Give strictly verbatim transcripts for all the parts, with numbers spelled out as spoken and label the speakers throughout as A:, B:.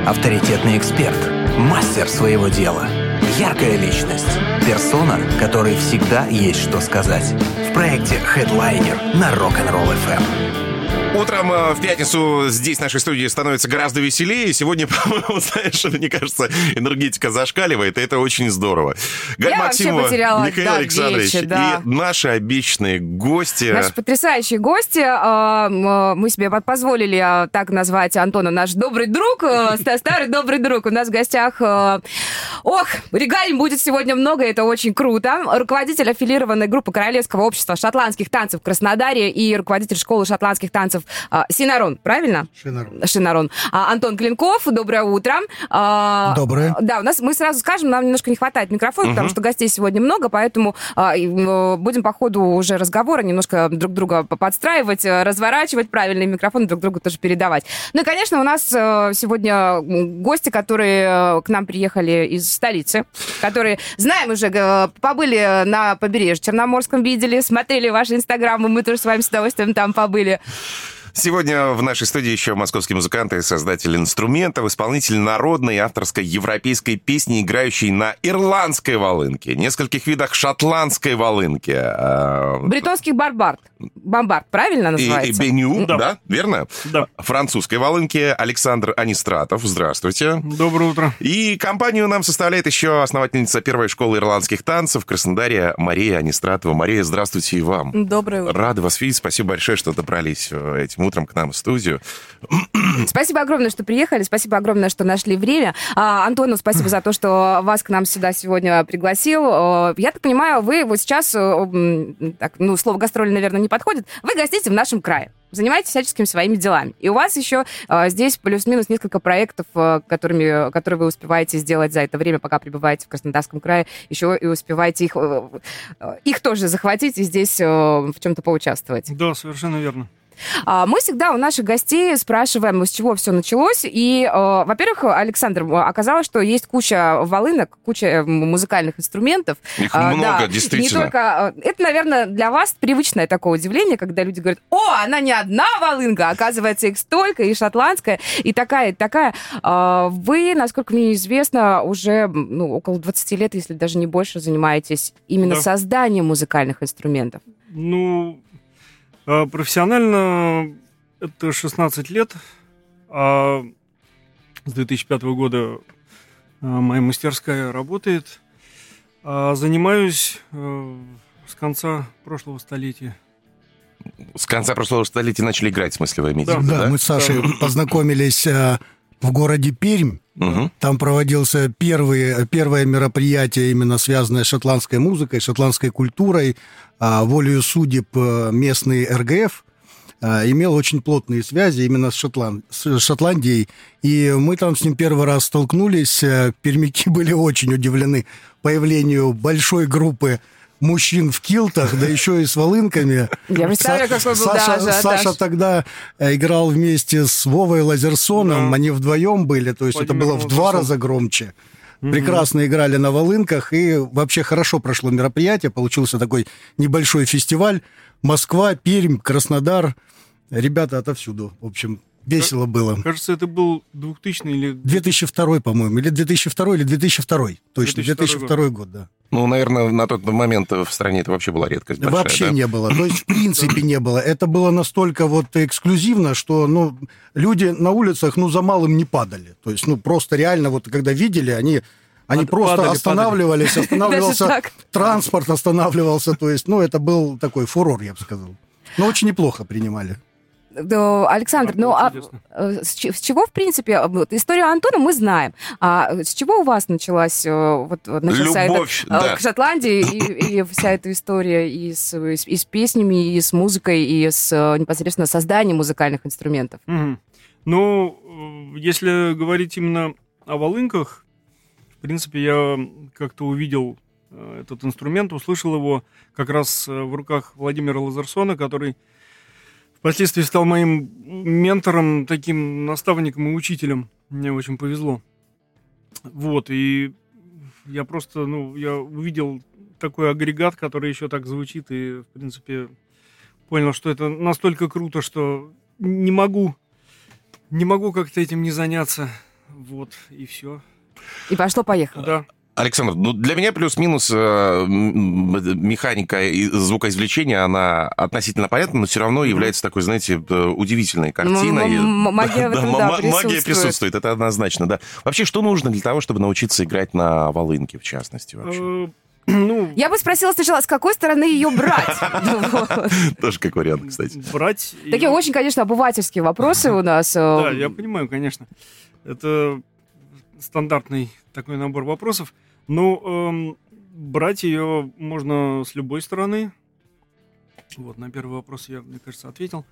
A: Авторитетный эксперт, мастер своего дела, яркая личность, персона, которой всегда есть что сказать. В проекте Headliner на Rock'n'Roll эф эм.
B: Утром в пятницу здесь, в нашей студии, становится гораздо веселее. Сегодня, по-моему, знаешь, мне кажется, энергетика зашкаливает, и это очень здорово. Галь
C: Я
B: Максимова,
C: вообще потеряла
B: Михаил
C: дар
B: Александрович
C: речи, да.
B: и наши обещанные гости.
C: Наши потрясающие гости. Мы себе позволили так назвать Антона, наш добрый друг, старый добрый друг. У нас в гостях, ох, регалий будет сегодня много, это очень круто. Руководитель аффилированной группы Королевского общества шотландских танцев в Краснодаре и руководитель школы шотландских танцев Синарон, правильно?
D: Шинарон.
C: Шинарон. Антон Клинков, доброе утро.
D: Доброе.
C: Да, у нас, мы сразу скажем, нам немножко не хватает микрофона, угу. потому что гостей сегодня много, поэтому будем по ходу уже разговора немножко друг друга подстраивать, разворачивать правильные микрофоны, друг другу тоже передавать. Ну и, конечно, у нас сегодня гости, которые к нам приехали из столицы, которые, знаем уже, побыли на побережье Черноморском, видели, смотрели ваши инстаграмы, мы тоже с вами с удовольствием там побыли.
B: Сегодня в нашей студии еще московский музыкант и создатель инструментов, исполнитель народной авторской европейской песни, играющий на ирландской волынке, нескольких видах шотландской волынки.
C: Бретонских барбард. Бомбард, правильно называется?
B: И, и беню, да. да, верно?
E: Да.
B: Французской волынки Александр Анистратов. Здравствуйте.
E: Доброе утро.
B: И компанию нам составляет еще основательница первой школы ирландских танцев в Краснодаре Мария Анистратова. Мария, здравствуйте и вам.
C: Доброе утро.
B: Рада вас видеть. Спасибо большое, что добрались этим утром к нам в студию.
C: Спасибо огромное, что приехали. Спасибо огромное, что нашли время. А, Антону спасибо за то, что вас к нам сюда сегодня пригласил. Я так понимаю, вы вот сейчас, так, ну, слово гастроли, наверное, не подходит, вы гостите в нашем крае. Занимаетесь всяческими своими делами. И у вас еще э, здесь плюс-минус несколько проектов, э, которыми, которые вы успеваете сделать за это время, пока пребываете в Краснодарском крае. Еще и успеваете их, э, э, их тоже захватить и здесь э, в чем-то поучаствовать.
E: Да, совершенно верно.
C: Мы всегда у наших гостей спрашиваем, с чего все началось. И, э, во-первых, Александр, оказалось, что есть куча волынок, куча музыкальных инструментов.
B: Их много,
C: да,
B: действительно.
C: Не только... Это, наверное, для вас привычное такое удивление, когда люди говорят: о, она не одна волынка, оказывается, их столько, и шотландская, и такая, и такая. Вы, насколько мне известно, уже ну, около двадцать лет, если даже не больше, занимаетесь именно
E: да.
C: созданием музыкальных инструментов.
E: Ну... Профессионально это шестнадцать лет, а с две тысячи пятого года моя мастерская работает. А занимаюсь с конца прошлого столетия.
B: С конца прошлого столетия начали играть, в смысле, вы имеете в виду,
D: да,
B: да?
D: мы с Сашей познакомились в городе Пермь.
B: Угу.
D: Там проводился первый, первое мероприятие, именно связанное с шотландской музыкой, шотландской культурой. Волею судеб местный эр гэ эф имел очень плотные связи именно с, Шотланд... с Шотландией. И мы там с ним первый раз столкнулись. Пермяки были очень удивлены появлению большой группы мужчин в килтах, да еще и с волынками.
C: Я представляю, какой был
D: Саша,
C: да,
D: Саша тогда играл вместе с Вовой Лазерсоном, да. Они вдвоем были, то есть Владимир это было в два раза громче. Прекрасно играли на волынках, и вообще хорошо прошло мероприятие. Получился такой небольшой фестиваль. Москва, Пермь, Краснодар. Ребята отовсюду. В общем, весело было.
E: Кажется, это был двухтысячный или...
D: две тысячи второй, по-моему. Или две тысячи второй, или две тысячи второй. Точно, две тысячи второй год, да.
B: Ну, наверное, на тот момент в стране это вообще была редкость большая,
D: вообще
B: да?
D: не было. То есть, в принципе, не было. Это было настолько вот эксклюзивно, что, ну, люди на улицах, ну, за малым не падали. То есть, ну, просто реально, вот, когда видели, они... Они Пад, просто падали, останавливались, падали. Останавливался транспорт, останавливался. То есть, ну, это был такой фурор, я бы сказал. Но очень неплохо принимали.
C: Александр, ну а с чего, в принципе, историю Антона мы знаем, а с чего у вас началась вот, начался
B: Любовь,
C: это,
B: да.
C: к Шотландии и, и вся эта история и с, и с песнями, и с музыкой, и с непосредственно созданием музыкальных инструментов?
E: Угу. Ну, если говорить именно о волынках, в принципе, я как-то увидел этот инструмент, услышал его как раз в руках Владимира Лазерсона, который впоследствии стал моим ментором, таким наставником и учителем. Мне очень повезло. Вот, и я просто, ну, я увидел такой агрегат, который еще так звучит, и, в принципе, понял, что это настолько круто, что не могу, не могу как-то этим не заняться. Вот, и все.
C: И пошло-поехало.
E: Да.
B: Александр, ну для меня плюс-минус э, механика и звукоизвлечения, она относительно понятна, но все равно mm-hmm. является такой, знаете, удивительной картиной.
C: Магия в этом, да, присутствует.
B: Магия присутствует, это однозначно, да. Вообще, что нужно для того, чтобы научиться играть на волынке, в частности, вообще?
E: Ну,
C: я бы спросила сначала, с какой стороны ее брать?
B: Тоже как вариант, кстати.
E: Брать...
C: Такие очень, конечно, обывательские вопросы у нас.
E: Да, я понимаю, конечно. Это стандартный такой набор вопросов. Но брать ее можно с любой стороны. Вот, на первый вопрос я, мне кажется, ответил.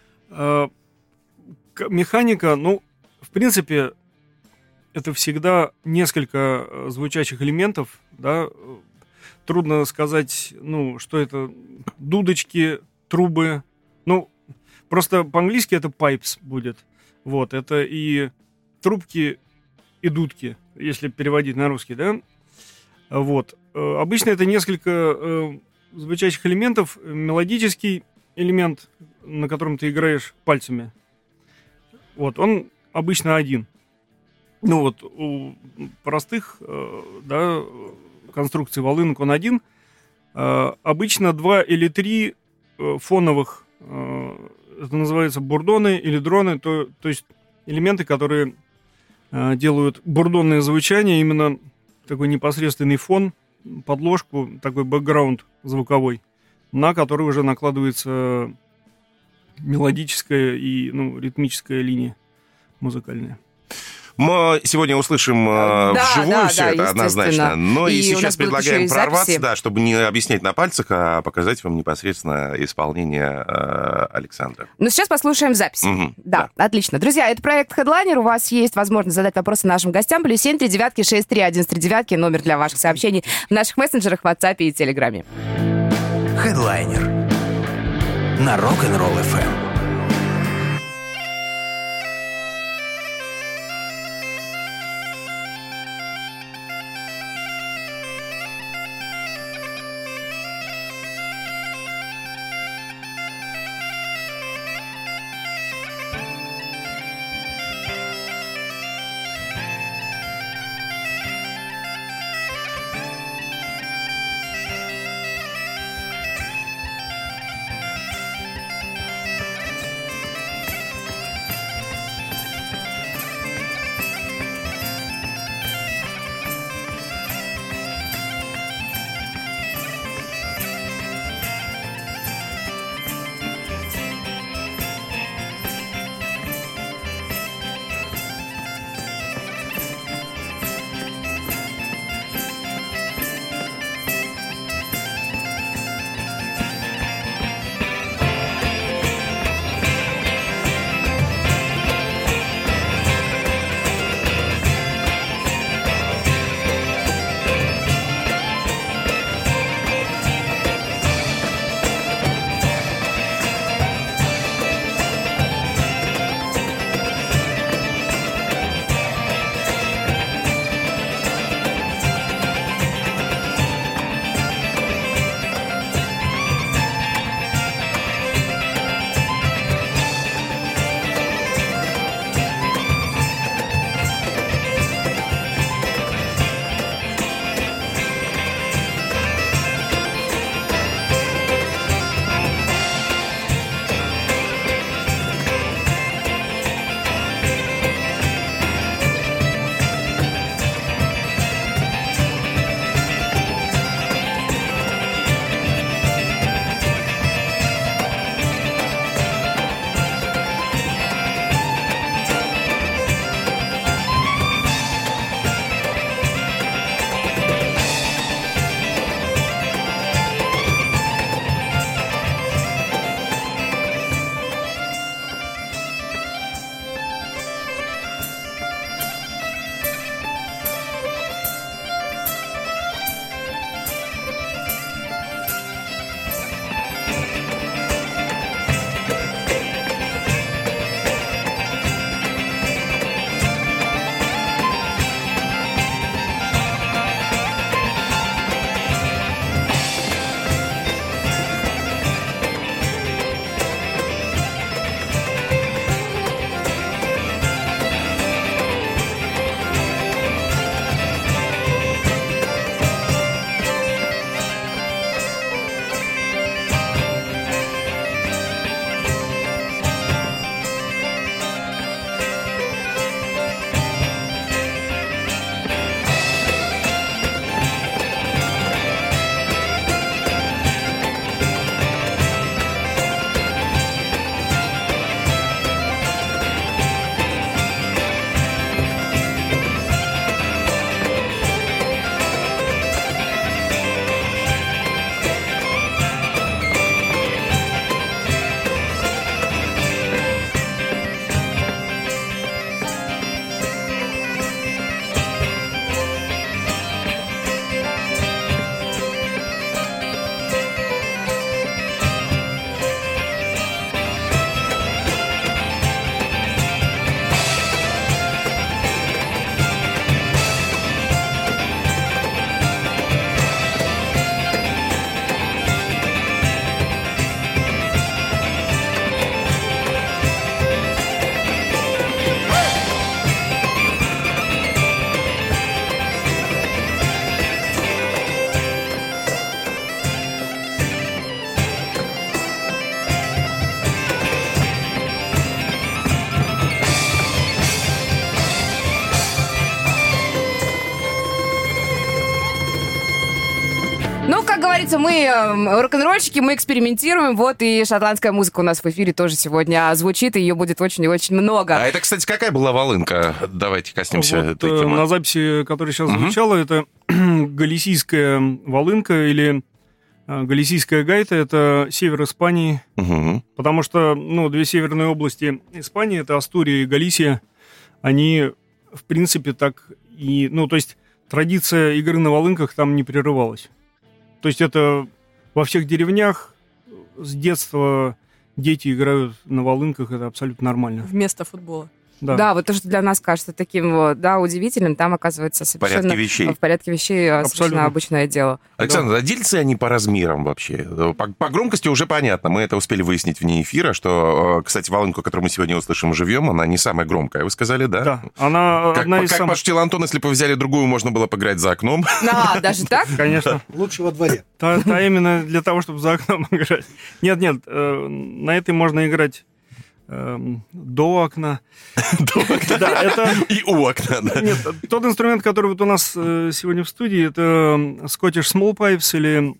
E: Механика, ну, в принципе, это всегда несколько звучащих элементов, да. Трудно сказать, ну, что это дудочки, трубы. Ну, просто по-английски это pipes будет. Вот, это и трубки, и дудки, если переводить на русский, да. Вот. Обычно это несколько э, звучащих элементов. Мелодический элемент, на котором ты играешь пальцами. Вот, он обычно один. Ну вот, у простых, э, да, конструкций волынок он один. Э, обычно два или три э, фоновых, э, это называется бурдоны или дроны, то, то есть элементы, которые э, делают бурдонное звучание, именно такой непосредственный фон, подложку, такой бэкграунд звуковой, на который уже накладывается мелодическая и, ну, ритмическая линия музыкальная.
B: Мы сегодня услышим
C: да,
B: вживую
C: да,
B: все
C: да,
B: это однозначно. Но и, и сейчас предлагаем прорваться, да, чтобы не объяснять на пальцах, а показать вам непосредственно исполнение э, Александра.
C: Ну, сейчас послушаем запись.
B: Угу,
C: да,
B: да,
C: отлично. Друзья, это проект Headliner. У вас есть возможность задать вопросы нашим гостям. Плюс семь три девятки шесть три один три девятки. Номер для ваших сообщений в наших мессенджерах, в WhatsApp и Телеграме.
A: Headliner на Rock'n'Roll эф эм.
C: говорится, мы э, рок-н-ролльщики, мы экспериментируем, вот и шотландская музыка у нас в эфире тоже сегодня звучит, и ее будет очень и очень много.
B: А это, кстати, какая была волынка? Давайте коснемся
E: вот,
B: этой
E: э,
B: темы.
E: На записи, которая сейчас
B: Мгм.
E: звучала, это галисийская волынка или э, галисийская гайта, это север Испании,
B: Мгм.
E: потому что, ну, две северные области Испании, это Астурия и Галисия, они, в принципе, так и, ну, то есть традиция игры на волынках там не прерывалась. То есть это во всех деревнях с детства дети играют на волынках, это абсолютно нормально.
F: Вместо футбола.
E: Да.
C: Да, вот то, что для нас кажется таким вот, да, удивительным, там оказывается
B: В
C: совершенно
B: порядке вещей.
C: в порядке вещей а, совершенно
E: Абсолютно.
C: обычное дело.
B: Александр, а делятся они по размерам вообще? По, по громкости уже понятно. Мы это успели выяснить вне эфира, что, э, кстати, волынку, которую мы сегодня услышим живьем, она не самая громкая, вы сказали, да?
E: Да, она
B: Как,
E: одна из
B: как
E: самых...
B: пошутил Антон, если бы взяли другую, можно было поиграть за окном.
C: А, даже так?
E: Конечно.
D: Лучше во дворе.
E: Та, та именно для того, чтобы за окном играть. Нет, нет, э, на этой можно играть эм, до окна. Да, это...
B: И у окна, да.
E: Нет, тот инструмент, который вот у нас э, сегодня в студии, это Scottish Small Pipes или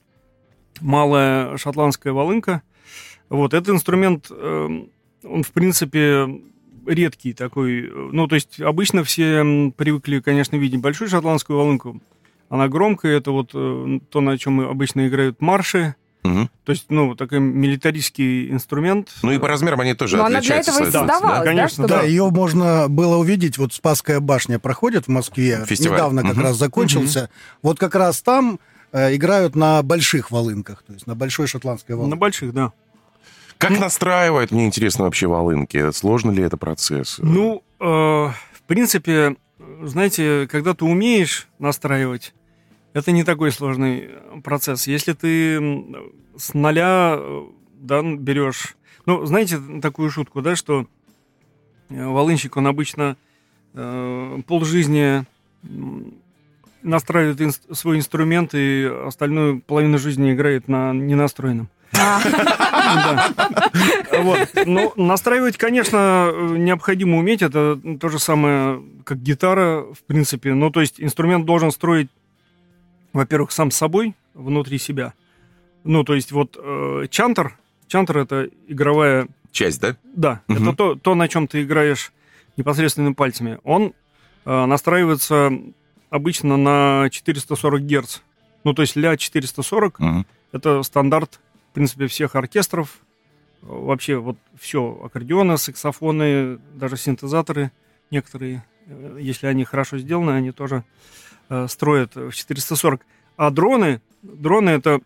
E: малая шотландская волынка. Вот, этот инструмент, э, он, в принципе, редкий такой. Ну, то есть обычно все м, привыкли, конечно, видеть большую шотландскую волынку. Она громкая, это вот э, то, на чем обычно играют марши.
B: Мгм.
E: То есть, ну, такой милитаристский инструмент.
B: Ну и по размерам они тоже
C: Но она для
B: отличаются.
C: этого и
B: соответственно,
C: создавалась, да,
E: конечно,
C: чтобы...
D: Да,
E: Да.
D: ее можно было увидеть, вот Спасская башня проходит в Москве,
B: Фестиваль.
D: недавно как
B: Мгм.
D: раз закончился. Вот как раз там э, играют на больших волынках, то есть на большой шотландской
E: На
D: волынке.
E: больших, да.
B: Как настраивают, мне интересно, вообще волынки? Сложно ли это процесс?
E: Ну, э, в принципе, знаете, когда ты умеешь настраивать, это не такой сложный процесс. Если ты м, с нуля, э, да, берешь... Ну, знаете такую шутку, да, что э, волынщик, он обычно э, полжизни м, настраивает инс- свой инструмент и остальную половину жизни играет на ненастроенном. Да. Вот. Ну, настраивать, конечно, необходимо уметь. Это то же самое, как гитара, в принципе. Ну, то есть инструмент должен строить, во-первых, сам с собой, внутри себя. Ну, то есть вот э, чантер, чантер — это игровая...
B: Часть, да?
E: Да,
B: Мгм.
E: это то, то, на чем ты играешь непосредственно пальцами. Он э, настраивается обычно на четыреста сорок герц. Ну, то есть ля четыреста сорок
B: Мгм.
E: это стандарт, в принципе, всех оркестров. Вообще вот все, аккордеоны, саксофоны, даже синтезаторы некоторые, э, если они хорошо сделаны, они тоже э, строят в четыреста сорок. А дроны, дроны это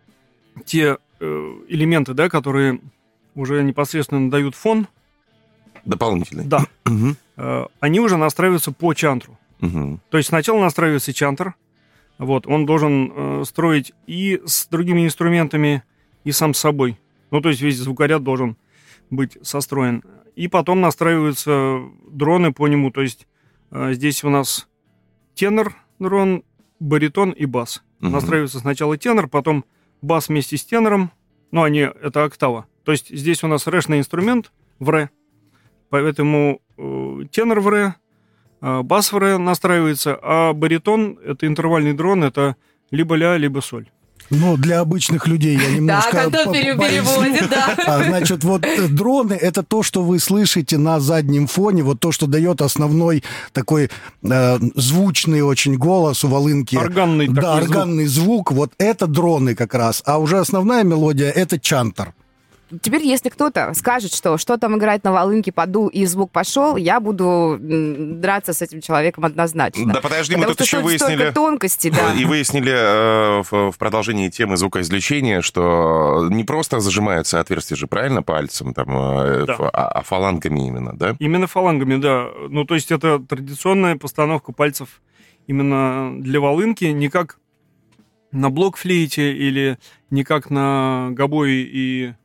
E: те э, элементы, да, которые уже непосредственно дают фон,
B: Дополнительный.
E: да,
B: Мгм.
E: э, они уже настраиваются по чантру.
B: Мгм.
E: То есть сначала настраивается чантер, вот, он должен э, строить и с другими инструментами, и сам с собой. Ну, то есть весь звукоряд должен быть состроен. И потом настраиваются дроны по нему, то есть э, здесь у нас тенор дрон, баритон и бас.
B: Мгм.
E: Настраивается сначала тенор, потом бас вместе с тенором, ну, они, это октава. То есть здесь у нас рэшный инструмент в ре, поэтому э, тенор в ре, э, бас в ре настраивается, а баритон, это интервальный дрон, это либо ля, либо соль.
D: Ну, для обычных людей я немножко...
C: Так, Антон
D: по-
C: пере-
D: поясню.
C: переводит, да.
D: А, значит, вот э, дроны — это то, что вы слышите на заднем фоне, вот то, что дает основной такой э, звучный очень голос у волынки.
E: Органный
D: Да,
E: такой звук.
D: органный звук. Вот это дроны как раз. А уже основная мелодия — это чантер.
C: Теперь, если кто-то скажет, что что там играет на волынке, подул и звук пошел, я буду м, драться с этим человеком однозначно.
B: Да подожди, мы
C: Потому
B: тут
C: что
B: еще
C: тут столько
B: выяснили...
C: тонкостей, да.
B: И выяснили э, в, в продолжении темы звукоизвлечения, что не просто зажимаются отверстия же, правильно, пальцем, там, э,
E: Да.
B: ф- а, а фалангами именно, да?
E: Именно фалангами, да. Ну, то есть это традиционная постановка пальцев именно для волынки, не как на блокфлейте или не как на гобое и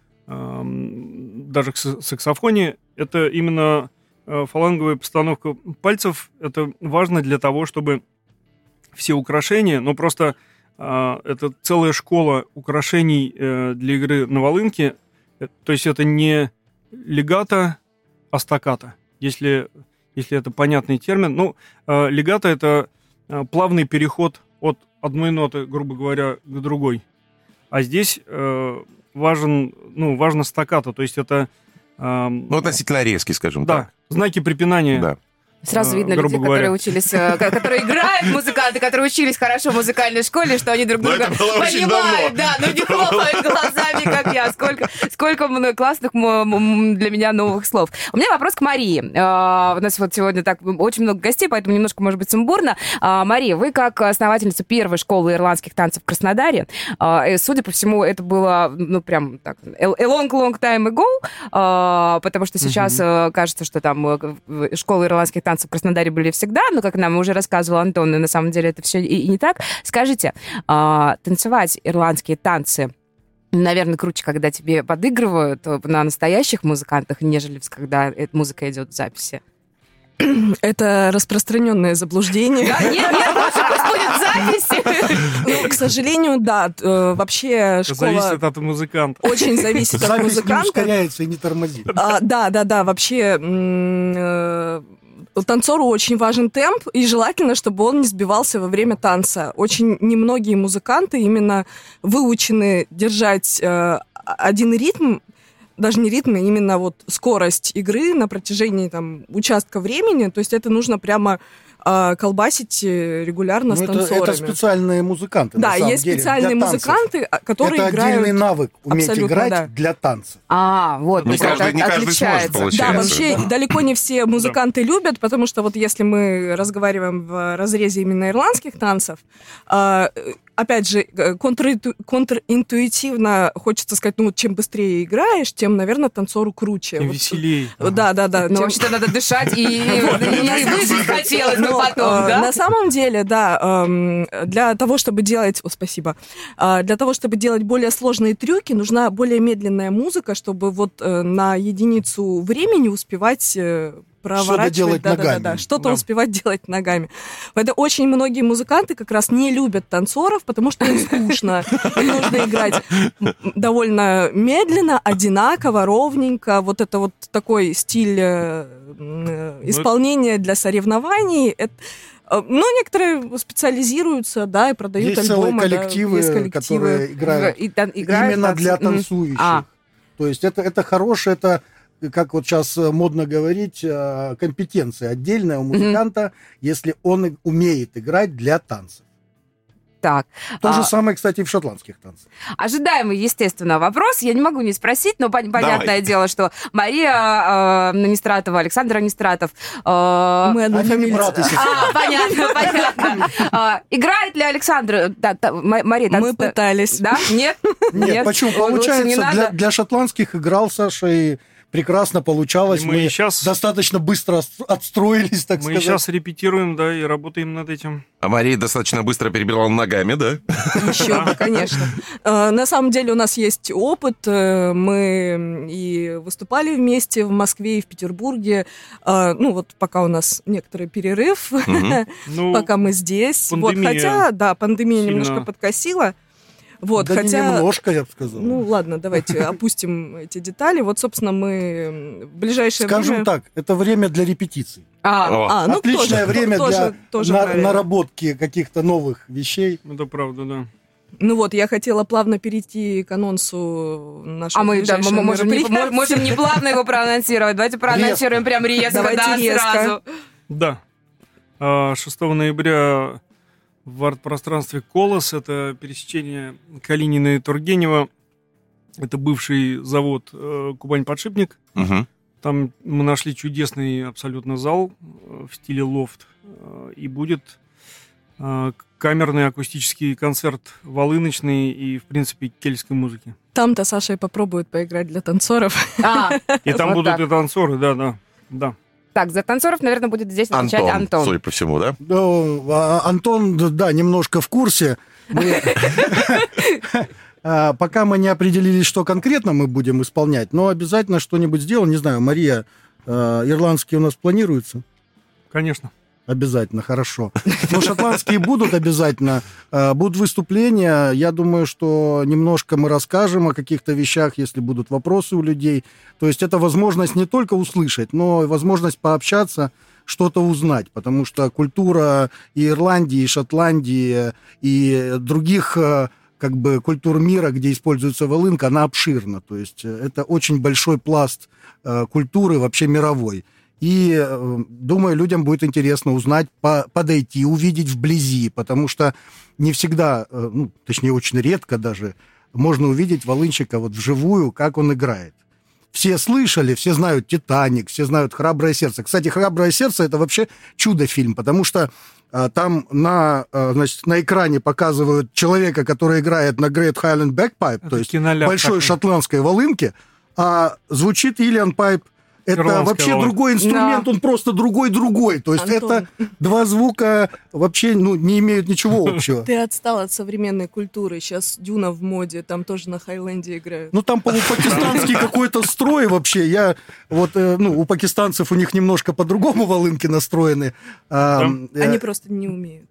E: эм, даже к с- саксофоне. Это именно э, фаланговая постановка пальцев. Это важно для того, чтобы все украшения, ну просто э, это целая школа украшений э, для игры на волынке. Э, То есть это не легато, а стаккато, если, если это понятный термин. Ну, э, легато — это э, плавный переход от одной ноты, грубо говоря, к другой. А здесь э, важен, ну, важно стаккато, то есть это... Э,
B: ну, относительно резкий, скажем
E: да,
B: так.
E: Да, знаки препинания.
B: Да.
C: Сразу видно людей, которые учились, которые играют, музыканты, которые учились хорошо в музыкальной школе, что они друг друга понимают, да, но не хлопают глазами, как я. Сколько, сколько классных для меня новых слов. У меня вопрос к Марии. У нас вот сегодня так очень много гостей, поэтому немножко, может быть, сумбурно. Мария, вы как основательница первой школы ирландских танцев в Краснодаре, судя по всему, это было, ну, прям так, a long-long time ago, потому что сейчас mm-hmm. кажется, что там школа ирландских танцев в Краснодаре были всегда, но, как нам уже рассказывал Антон, и на самом деле это все и, и не так. Скажите, э, танцевать ирландские танцы, наверное, круче, когда тебе подыгрывают на настоящих музыкантах, нежели когда эта музыка идет в записи?
F: Это распространенное заблуждение.
C: Да, нет, нет, лучше пусть будет запись.
F: Ну, к сожалению, да. Вообще школа...
E: Зависит от музыканта.
F: Очень зависит от музыканта.
D: Запись не ускоряется и не тормозит.
F: А, да, да, да. Вообще... М- танцору очень важен темп, и желательно, чтобы он не сбивался во время танца. Очень немногие музыканты именно выучены держать э, один ритм, даже не ритм, а именно вот скорость игры на протяжении там, участка времени. То есть это нужно прямо э, колбасить регулярно. Ну, с танцорами.
D: Это, это специальные музыканты,
F: да,
D: на самом
F: есть
D: деле,
F: специальные музыканты, которые
D: это
F: играют...
D: отдельный навык, уметь играть
F: да.
D: для танца.
C: А, вот,
B: не каждый, не каждый сможет, получается.
F: Да, вообще да. далеко не все музыканты да. любят, потому что вот если мы разговариваем в разрезе именно ирландских танцев, э, опять же, контринту, контринтуитивно хочется сказать, ну вот чем быстрее играешь, тем, наверное, танцору круче.
E: Тем
F: вот,
E: веселее.
F: Да, да, да.
C: Ну, вообще-то надо дышать и выжить хотелось бы потом, да?
F: На самом деле, да, для того, чтобы делать... О, спасибо. Для того, чтобы делать более сложные трюки, нужна более медленная музыка, чтобы вот на единицу времени успевать...
D: Что-то делать
F: да,
D: ногами.
F: Да, да, да, что-то
E: да.
F: успевать делать ногами. Поэтому очень многие музыканты как раз не любят танцоров, потому что им скучно. Им нужно играть довольно медленно, одинаково, ровненько. Вот это вот такой стиль э, исполнения для соревнований. Это, ну, некоторые специализируются, да, и продают
D: есть
F: альбомы.
D: Целые коллективы,
F: да, есть коллективы,
D: которые играют,
C: и, и, играют
D: именно
C: танцы.
D: для танцующих. А. То есть это, это хорошее, это... как вот сейчас модно говорить, компетенция отдельная у музыканта, mm-hmm. если он умеет играть для танцев.
C: Так.
D: То
C: а...
D: же самое, кстати, и в шотландских танцах.
C: Ожидаемый, естественно, вопрос. Я не могу не спросить, но пон- понятное Давай. дело, что Мария э, Нестратова, Александр Нестратов... Э,
F: Мы однофамильцы.
C: А, понятно, понятно. А, играет ли Александр... Да, да, Мария...
F: Мы да, пытались.
C: Да? Нет?
D: Нет, Нет. Почему? Получается, для, для шотландских играл Саша и... прекрасно получалось.
E: И мы
D: мы
E: сейчас...
D: достаточно быстро отстроились, так
E: мы
D: сказать.
E: Мы сейчас репетируем, да, и работаем над этим.
B: А Мария достаточно быстро перебирала ногами, да?
F: Еще бы, конечно. На самом деле у нас есть опыт. Мы и выступали вместе в Москве и в Петербурге. Ну вот пока у нас некоторый перерыв, пока мы здесь. Вот, хотя, да, пандемия немножко подкосила. Вот,
D: да
F: хотя...
D: немножко, я бы сказал.
F: Ну, ладно, давайте опустим эти детали. Вот, собственно, мы в ближайшее
D: Скажем
F: время...
D: так, это время для репетиций.
F: А, а ну,
D: отличное
F: тоже,
D: время
F: тоже,
D: для
F: тоже
D: на, наработки каких-то новых вещей.
E: Это правда, да.
F: Ну вот, я хотела плавно перейти к анонсу нашего
C: А мы, да, мы можем, не, можем не плавно его проанонсировать. Давайте проанонсируем резко. прям резко,
F: Давайте
C: да,
F: резко.
C: сразу.
E: Да. шестого ноября в арт-пространстве «Колос», это пересечение Калинина и Тургенева, это бывший завод э, «Кубань-подшипник».
B: Угу.
E: Там мы нашли чудесный абсолютно зал э, в стиле лофт. Э, и будет э, камерный акустический концерт волыночный и, в принципе, кельтской музыки.
F: Там-то Саша и попробует поиграть для танцоров.
C: А,
E: и там
C: вот
E: будут
C: так.
E: и танцоры, да-да. да.
C: Так, за танцоров, наверное, будет здесь отвечать
B: Антон,
C: Антон.
B: судя по всему, да?
D: Да, Антон, да, немножко в курсе. Пока мы не определились, что конкретно мы будем исполнять, но обязательно что-нибудь сделаем. Не знаю, Мария, ирландский у нас планируется?
E: Конечно.
D: Обязательно, хорошо. Но шотландские будут обязательно. Будут выступления. Я думаю, что немножко мы расскажем о каких-то вещах, если будут вопросы у людей. То есть это возможность не только услышать, но и возможность пообщаться, что-то узнать. Потому что культура и Ирландии, и Шотландии, и других как бы культур мира, где используется волынка, она обширна. То есть это очень большой пласт культуры вообще мировой. И, думаю, людям будет интересно узнать, по, подойти, увидеть вблизи, потому что не всегда, ну, точнее, очень редко даже, можно увидеть волынщика вот вживую, как он играет. Все слышали, все знают «Титаник», все знают «Храброе сердце». Кстати, «Храброе сердце» — это вообще чудо-фильм, потому что а, там на, а, значит, на экране показывают человека, который играет на Great Highland Bagpipe, это то есть большой такой шотландской волынке, а звучит Ильян Пайп. Это Ирландская вообще волна. Другой инструмент, да. Он просто другой-другой. То есть Антон. Это два звука вообще ну, не имеют ничего общего.
F: Ты отстал от современной культуры. Сейчас Дюна в моде, там тоже на Хайленде играют.
D: Ну, там полупакистанский какой-то строй вообще. Я вот, ну, у пакистанцев у них немножко по-другому волынки настроены.
F: Они просто не умеют.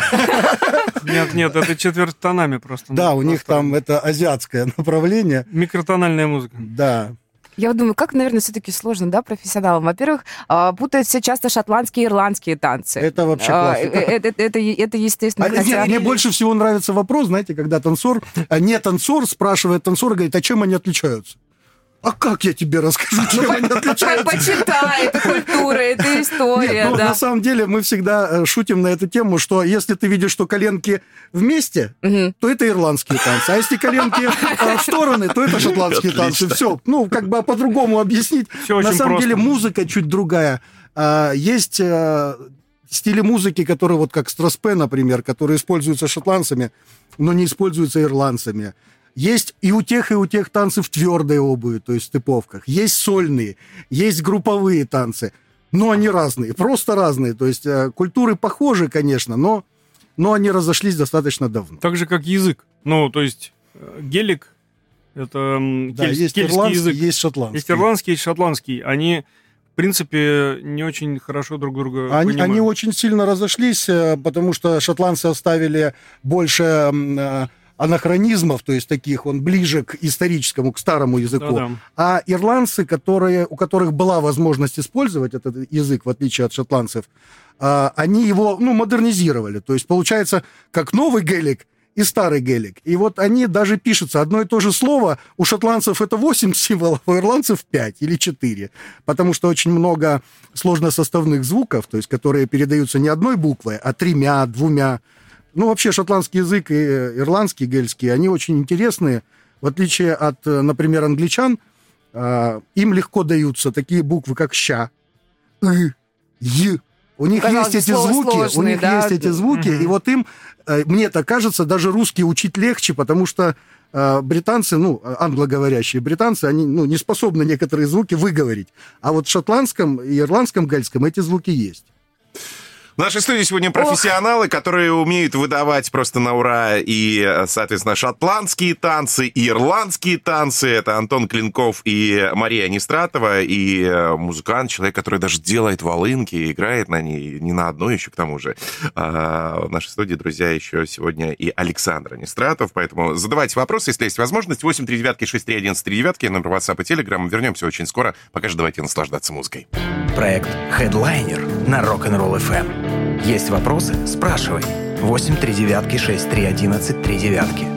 E: Нет, нет, это четвертьтонами просто.
D: Да, у них там это азиатское направление.
E: Микротональная музыка.
D: Да.
C: Я вот думаю, как, наверное, все-таки сложно, да, профессионалам. Во-первых, путают все часто шотландские и ирландские танцы.
D: Это вообще классно.
C: Это, это, это, это естественно.
D: А, хотя... Мне больше всего нравится вопрос, знаете, когда танцор, а не танцор, спрашивает танцора, говорит, а чем они отличаются? А как я тебе расскажу, чем они отличаются?
C: Почитай, это культура, это история.
D: Нет, ну, да. На самом деле мы всегда шутим на эту тему, что если ты видишь, что коленки вместе, угу. то это ирландские танцы. А если коленки в стороны, то это шотландские танцы. Все. Ну, как бы по-другому объяснить.
E: Все
D: на самом
E: просто.
D: деле музыка чуть другая. Есть стили музыки, которые вот как страспе, например, которые используются шотландцами, но не используются ирландцами. Есть и у тех, и у тех танцы в твердой обуви, то есть в степовках. Есть сольные, есть групповые танцы. Но они разные, просто разные. То есть э, культуры похожи, конечно, но, но они разошлись достаточно давно.
E: Так же, как язык. Ну, то есть э, гелик — это
D: да,
E: кель,
D: есть
E: кельтский язык.
D: Есть шотландский.
E: Есть ирландский, есть шотландский. Они, в принципе, не очень хорошо друг друга
D: они,
E: понимают.
D: Они очень сильно разошлись, потому что шотландцы оставили больше... Э, анахронизмов, то есть таких, он ближе к историческому, к старому языку. Да-да. А ирландцы, которые, у которых была возможность использовать этот язык, в отличие от шотландцев, они его, ну, модернизировали. То есть получается, как новый гелик и старый гелик. И вот они даже пишутся, одно и то же слово, у шотландцев это восемь символов, у ирландцев пять или четыре, потому что очень много сложносоставных звуков, то есть которые передаются не одной буквой, а тремя, двумя. Ну, вообще, шотландский язык и ирландский, гельский, они очень интересные. В отличие от, например, англичан, им легко даются такие буквы, как «ща», «ы», «й». У них есть эти звуки, сложные, у них да? есть эти звуки, угу. И вот им, мне так кажется, даже русский учить легче, потому что британцы, ну, англоговорящие британцы, они ну, не способны некоторые звуки выговорить. А вот в шотландском и ирландском гельском эти звуки есть.
B: В нашей студии сегодня профессионалы, Ох. которые умеют выдавать просто на ура и, соответственно, шотландские танцы, и ирландские танцы. Это Антон Клинков и Мария Нестратова, и музыкант, человек, который даже делает волынки, играет на ней, не на одной еще к тому же. А в нашей студии, друзья, еще сегодня и Александр Нестратов, поэтому задавайте вопросы, если есть возможность. восемь три девятки шесть три один три девятки, номер WhatsApp и Telegram. Вернемся очень скоро, пока же давайте наслаждаться музыкой.
A: Проект Headliner на Rock'n'Roll эф эм. Есть вопросы? Спрашивай. восемь три девятки шесть три одиннадцать три девятки.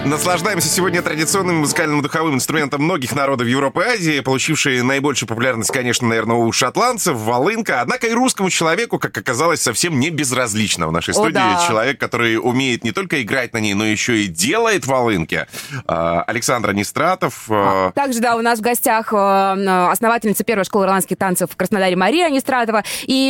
B: Наслаждаемся сегодня традиционным музыкальным духовым инструментом многих народов Европы и Азии, получившей наибольшую популярность, конечно, наверное, у шотландцев, волынка. Однако и русскому человеку, как оказалось, совсем не безразлично. В нашей студии
C: О, да.
B: человек, который умеет не только играть на ней, но еще и делает волынки. Александр Анистратов.
C: Также, да, у нас в гостях основательница первой школы ирландских танцев в Краснодаре Мария Анистратова. И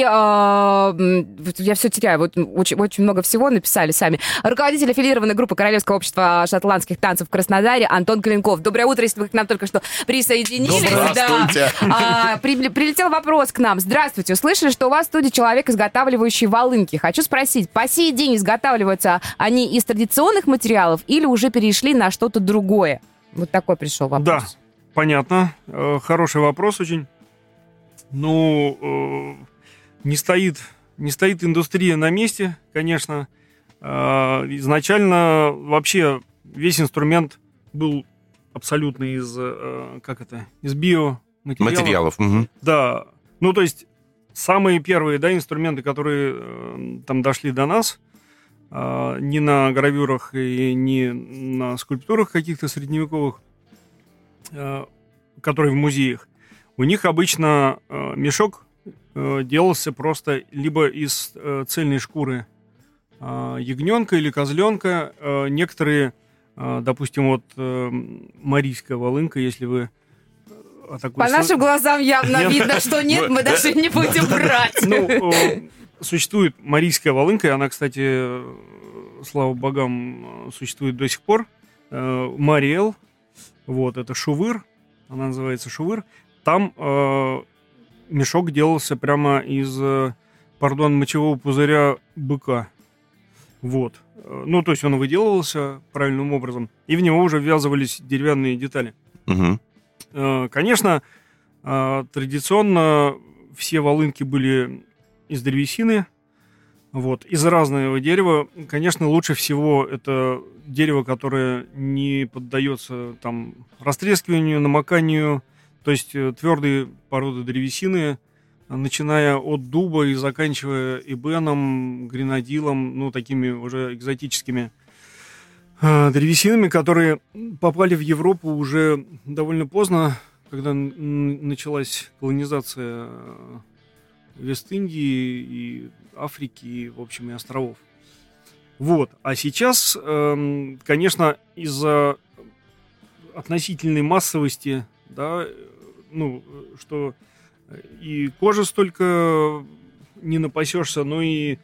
C: э, я все теряю, вот очень, очень много всего написали сами. Руководитель аффилированной группы Королевского общества шотландских танцев в Краснодаре Антон Калинков. Доброе утро, если вы к нам только что присоединились.
B: Здравствуйте.
C: Да. А, при, прилетел вопрос к нам. Здравствуйте, услышали, что у вас в студии человек, изготавливающий волынки. Хочу спросить, по сей день изготавливаются они из традиционных материалов или уже перешли на что-то другое? Вот такой пришел вопрос.
E: Да, понятно. Э, хороший вопрос очень. Ну, э, не стоит, не стоит индустрия на месте, конечно. Э, изначально вообще весь инструмент был абсолютно из, э, как это, из биоматериалов.
B: Материалов. Угу.
E: Да. Ну, то есть самые первые, да, инструменты, которые э, там дошли до нас, э, не на гравюрах и не на скульптурах каких-то средневековых, э, которые в музеях, у них обычно э, мешок э, делался просто либо из э, цельной шкуры э, ягненка или козленка. Э, некоторые, э, допустим, вот э, марийская волынка, если вы о такой
C: По
E: слышали.
C: нашим глазам явно
E: Нет.
C: видно, что нет, мы даже не будем брать.
E: Ну, э, существует марийская волынка, и она, кстати, э, слава богам, э, существует до сих пор. Э, Мариэл, вот, это шувыр, она называется шувыр. Там э, мешок делался прямо из, э, пардон, мочевого пузыря быка. Вот. Э, Ну, то есть он выделывался правильным образом, и в него уже ввязывались деревянные детали.
B: Угу.
E: Э, Конечно, э, традиционно все волынки были из древесины, вот, из разного дерева. Конечно, лучше всего это дерево, которое не поддается там растрескиванию, намоканию, то есть э, твердые породы древесины, начиная от дуба и заканчивая эбеном, гренадилом, ну, такими уже экзотическими э, древесинами, которые попали в Европу уже довольно поздно, когда н- началась колонизация э, Вест-Индии и Африки, и, в общем, и островов. Вот. А сейчас, э, конечно, из-за относительной массовости, да, э, ну, что и кожи столько не напасешься, но и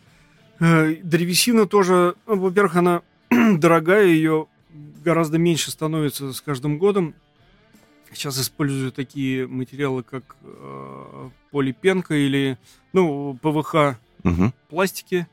E: э, древесина тоже, ну, во-первых, она дорогая, ее гораздо меньше становится с каждым годом. Сейчас используют такие материалы, как э, полипенка или, ну, ПВХ,
B: Угу.
E: пластики,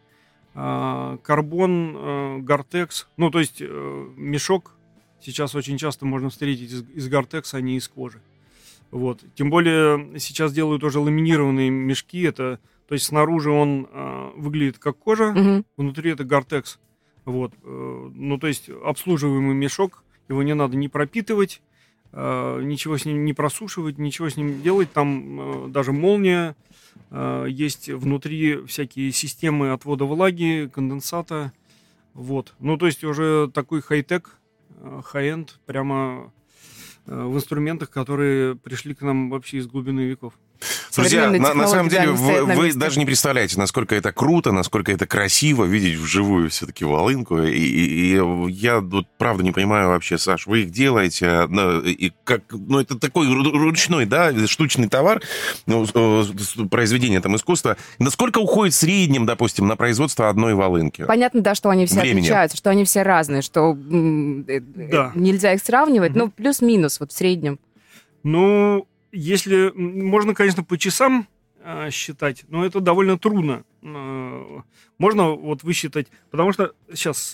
E: э, карбон, э, гортекс. Ну, то есть э, мешок сейчас очень часто можно встретить из, из гортекса, а не из кожи. Вот. Тем более сейчас делают тоже ламинированные мешки. Это, то есть снаружи он э, выглядит как кожа,
C: Мгм.
E: внутри это гортекс. Вот. Э, ну, то есть обслуживаемый мешок, его не надо ни пропитывать, э, ничего с ним не просушивать, ничего с ним делать. Там э, даже молния. Э, есть внутри всякие системы отвода влаги, конденсата. Вот. Ну, то есть уже такой хай-тек, э, хай-энд прямо э, в инструментах, которые пришли к нам вообще из глубины веков.
B: Друзья,
C: Современные
B: на, на самом
C: технологии,
B: деле,
C: да, не стоят
B: вы,
C: на
B: вы
C: месте.
B: даже не представляете, насколько это круто, насколько это красиво видеть вживую все-таки волынку. И, и- и я вот правда не понимаю вообще, Саш, вы их делаете, ну, и как, ну, это такой ру- ручной, да, штучный товар, ну, э, с- произведение там искусства. Насколько уходит в среднем, допустим, на производство одной волынки?
C: Понятно, да, что они все
B: Времени.
C: отличаются, что они все разные, что м, э, э,
E: Да.
C: нельзя их сравнивать,
E: Мгм.
C: ну, плюс-минус, вот в среднем.
E: Ну, если... м, Можно, конечно, по часам э, считать, но это довольно трудно. Э, Можно вот высчитать, потому что сейчас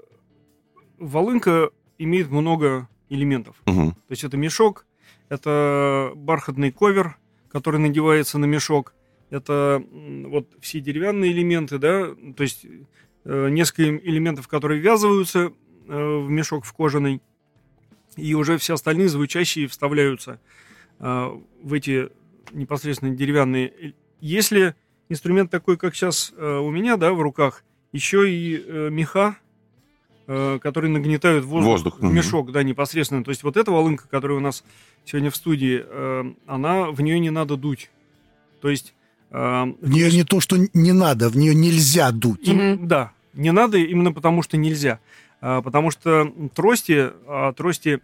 E: э, волынка имеет много элементов.
B: Мгм.
E: То есть это мешок, это бархатный ковер, который надевается на мешок, это м, вот все деревянные элементы, да, то есть э, несколько элементов, которые ввязываются э, в мешок в кожаный, и уже все остальные звучащие вставляются э, в эти непосредственно деревянные. Если инструмент такой, как сейчас э, у меня, да, в руках, еще и э, меха, э, которые нагнетают воздух,
B: Воздух,
E: в
B: мгм.
E: мешок, да, непосредственно. То есть вот эта волынка, которая у нас сегодня в студии, э, она, в нее не надо дуть. То есть... э,
D: В нее не то, что не надо, в нее нельзя дуть.
E: Им- Да, не надо именно потому, что нельзя. А, потому что трости, а, трости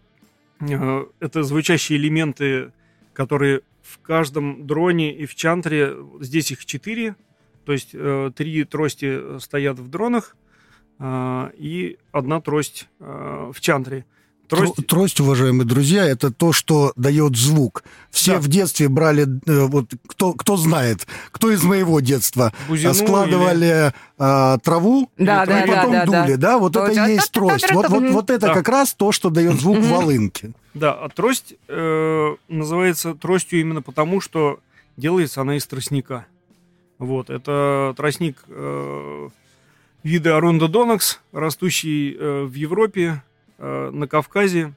E: э, это звучащие элементы, которые в каждом дроне и в чантре, здесь их четыре, то есть э, три трости стоят в дронах а, и одна трость э, в чантре. Трость,
D: Тро- Трость, уважаемые друзья, это то, что дает звук. Все
E: Да.
D: в детстве брали, э, вот кто, кто знает, кто из моего детства,
E: бузину
D: а, складывали а, траву,
C: Да,
D: и
C: да, да,
D: потом
C: да, да.
D: дули, да, вот это
C: Получалось
D: и есть трость. Вот, вот, вот это
E: Да.
D: как раз то, что дает звук
C: Мгм.
D: волынки.
E: Да, а трость э, называется тростью именно потому, что делается она из тростника. Вот, это тростник э, вида Арундодонакс, растущий э, в Европе, э, на Кавказе.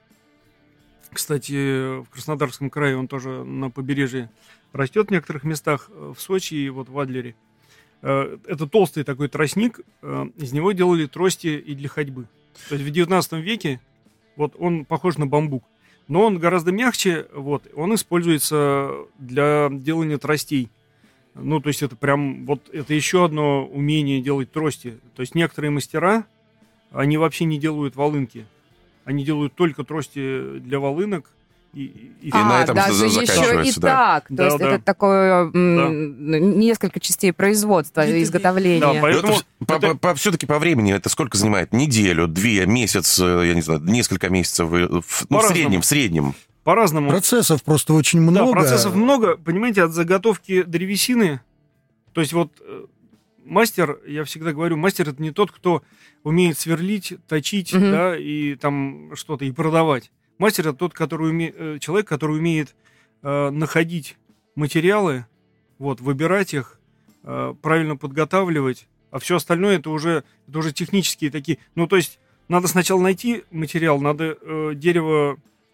E: Кстати, в Краснодарском крае он тоже на побережье растет в некоторых местах, э, в Сочи и вот в Адлере. Э, это толстый такой тростник, э, из него делали трости и для ходьбы. То есть в девятнадцатом веке вот он похож на бамбук. Но он гораздо мягче, вот, он используется для делания тростей. Ну, то есть это прям, вот, это еще одно умение делать трости. То есть некоторые мастера, они вообще не делают волынки. Они делают только трости для волынок. И, и-
B: И на этом
C: даже
B: за-
C: еще и
B: заканчивается, да.
C: так. То
E: Да,
C: есть
E: да.
C: это такое м, несколько частей производства,
E: Да,
C: изготовления.
E: поэтому это-
B: все-таки по времени это сколько занимает? Неделю, две, месяц, э, я не знаю, несколько месяцев? э, в- Ну, в
E: По-разному.
B: среднем, в среднем.
E: по-разному.
D: Процессов просто очень
E: Да,
D: много.
E: процессов много. Понимаете, от заготовки древесины, то есть вот э, мастер, я всегда говорю, мастер это не тот, кто умеет сверлить, точить,
C: Мгм.
E: да, и там что-то и продавать. Мастер это тот, который уме- э, человек, который умеет э, находить материалы, вот, выбирать их, э, правильно подготавливать, а все остальное это уже, это уже технические такие. Ну, то есть, надо сначала найти материал, надо э, дерево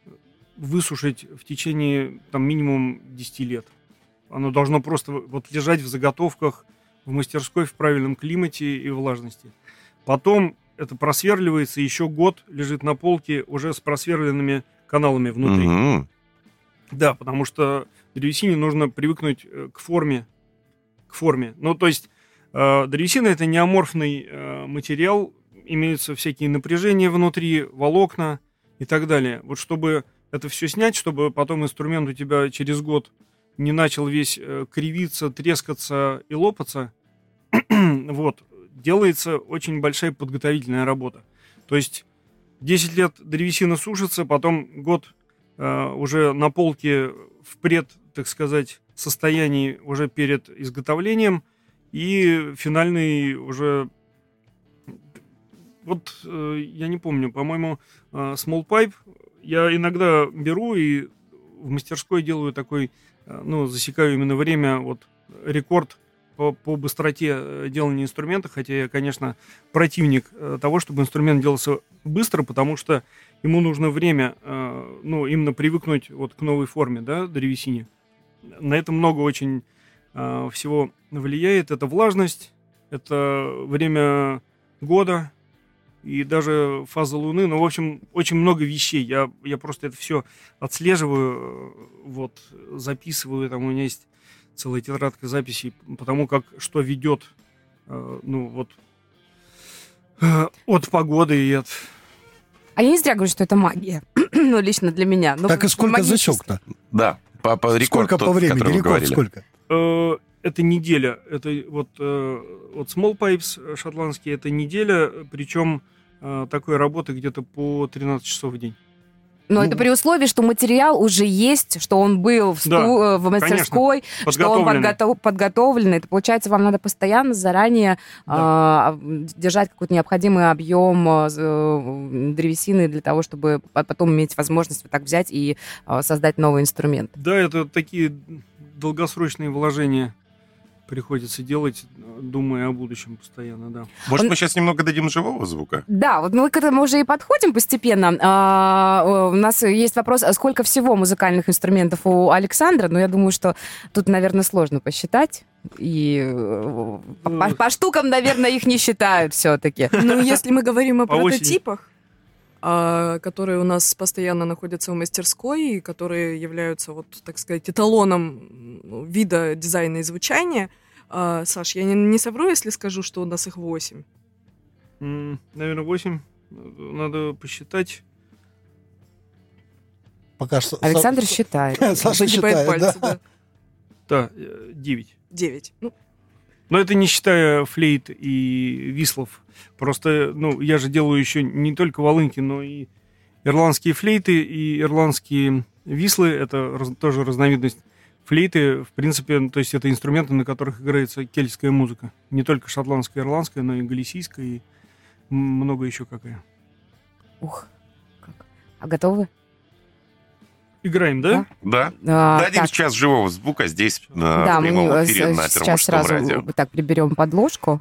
E: высушить в течение там минимум десять лет. Оно должно просто вот лежать в заготовках в мастерской в правильном климате и влажности. Потом это просверливается, еще год лежит на полке уже с просверленными каналами внутри.
B: Мгм.
E: Да, потому что древесине нужно привыкнуть э, к форме. К форме. Ну, то есть э, древесина это не аморфный э, материал, имеются всякие напряжения внутри, волокна и так далее. Вот чтобы это все снять, чтобы потом инструмент у тебя через год не начал весь э, кривиться, трескаться и лопаться, вот, делается очень большая подготовительная работа. То есть десять лет древесина сушится, потом год э, уже на полке в пред, так сказать, состоянии уже перед изготовлением, и финальный уже, вот э, я не помню, по-моему, э, Small Pipe я иногда беру и в мастерской делаю такой, э, ну, засекаю именно время, вот рекорд по, по быстроте э, делания инструмента, хотя я, конечно, противник э, того, чтобы инструмент делался быстро, потому что ему нужно время, э, ну, именно привыкнуть вот к новой форме, да, древесине. На это много очень э, всего влияет. Это влажность, это время года и даже фаза Луны. Ну, в общем, очень много вещей. Я, я просто это все отслеживаю, э, вот, записываю. Там у меня есть целая тетрадка записей, потому как что ведет, э, ну, вот, э, от погоды и от...
C: А я не зря говорю, что это магия. Ну, лично для меня. Ну,
D: Так и сколько
C: магически.
D: засек-то?
B: Да, по, по рекорд,
D: Сколько
B: тот,
D: по времени?
B: который вы
D: Рекорд
B: говорили.
D: сколько?
E: Э, Это неделя. Это вот, э, вот Small Pipes шотландские, это неделя, причем э, такой работы где-то по тринадцать часов в день.
C: Но
D: Ну,
C: это при условии, что материал уже есть, что он был в, сту-
E: Да,
C: э, в мастерской, что он
E: Подготовленный.
C: подготов- подготовлен. Это получается, вам надо постоянно заранее а, держать какой-то необходимый объем а, з- э, древесины для того, чтобы по- потом иметь возможность вот так взять и а, создать новый инструмент.
E: Да, это такие долгосрочные вложения приходится делать, думая о будущем постоянно, да.
B: Может,
C: Он-
B: мы сейчас немного дадим живого звука?
C: Да, вот мы к этому уже и подходим постепенно. А, у нас есть вопрос, а сколько всего музыкальных инструментов у Александра? Но я думаю, что тут, наверное, сложно посчитать. И э, по, по штукам, наверное, их не считают все-таки.
F: Ну, если мы говорим о
E: По осени.
F: прототипах, а, которые у нас постоянно находятся в мастерской, и которые являются, вот, так сказать, эталоном ну, вида дизайна и звучания, а, Саш, я не, не совру, если скажу, что у нас их восемь.
E: М, Наверное, восемь. Надо посчитать.
D: Пока что...
C: Александр
D: Са-
C: считает.
D: Саша
F: Загибает
D: считает,
F: пальцы,
D: да.
F: да.
E: Да, э, девять.
F: Девять. Ну,
E: Но это не считая флейт и вислов. Просто, ну, я же делаю еще не только волынки, но и ирландские флейты и ирландские вислы. Это раз- тоже разновидность флейты. В принципе, ну, то есть это инструменты, на которых играется кельтская музыка. Не только шотландская, ирландская, но и галисийская, и м- много еще какая.
C: Ух, как. А готовы?
E: Играем, да?
B: Да.
C: А,
B: Дадим
C: так,
B: сейчас живого звука здесь, на
C: да, мы
B: прямом
C: э,
B: эфире
C: с-
B: на
C: сейчас
B: Первомужском
C: сразу
B: радио.
C: вот так приберем подложку.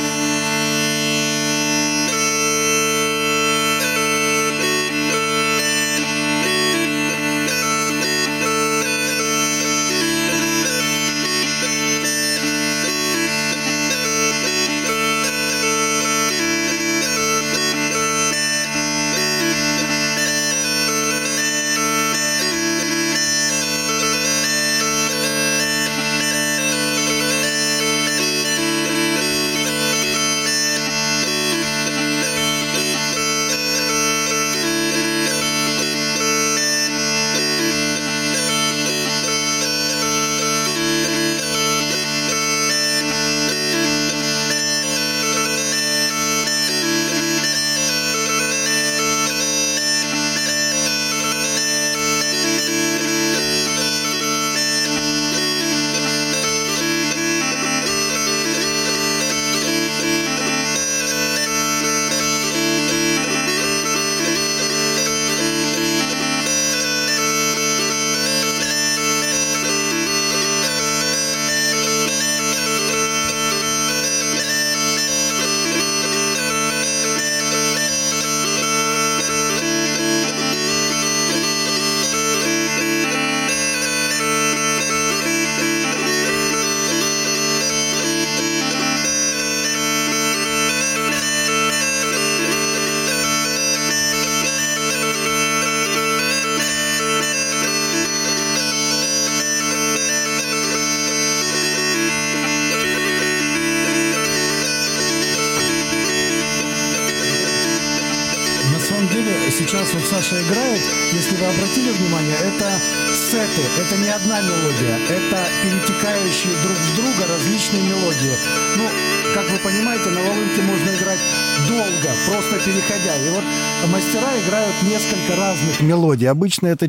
D: На самом деле, сейчас вот Саша играет, если вы обратили внимание, это сеты, это не одна мелодия, это перетекающие друг в друга различные мелодии. Ну, как вы понимаете, на волынке можно играть долго, просто переходя. И вот мастера играют несколько разных мелодий. Обычно это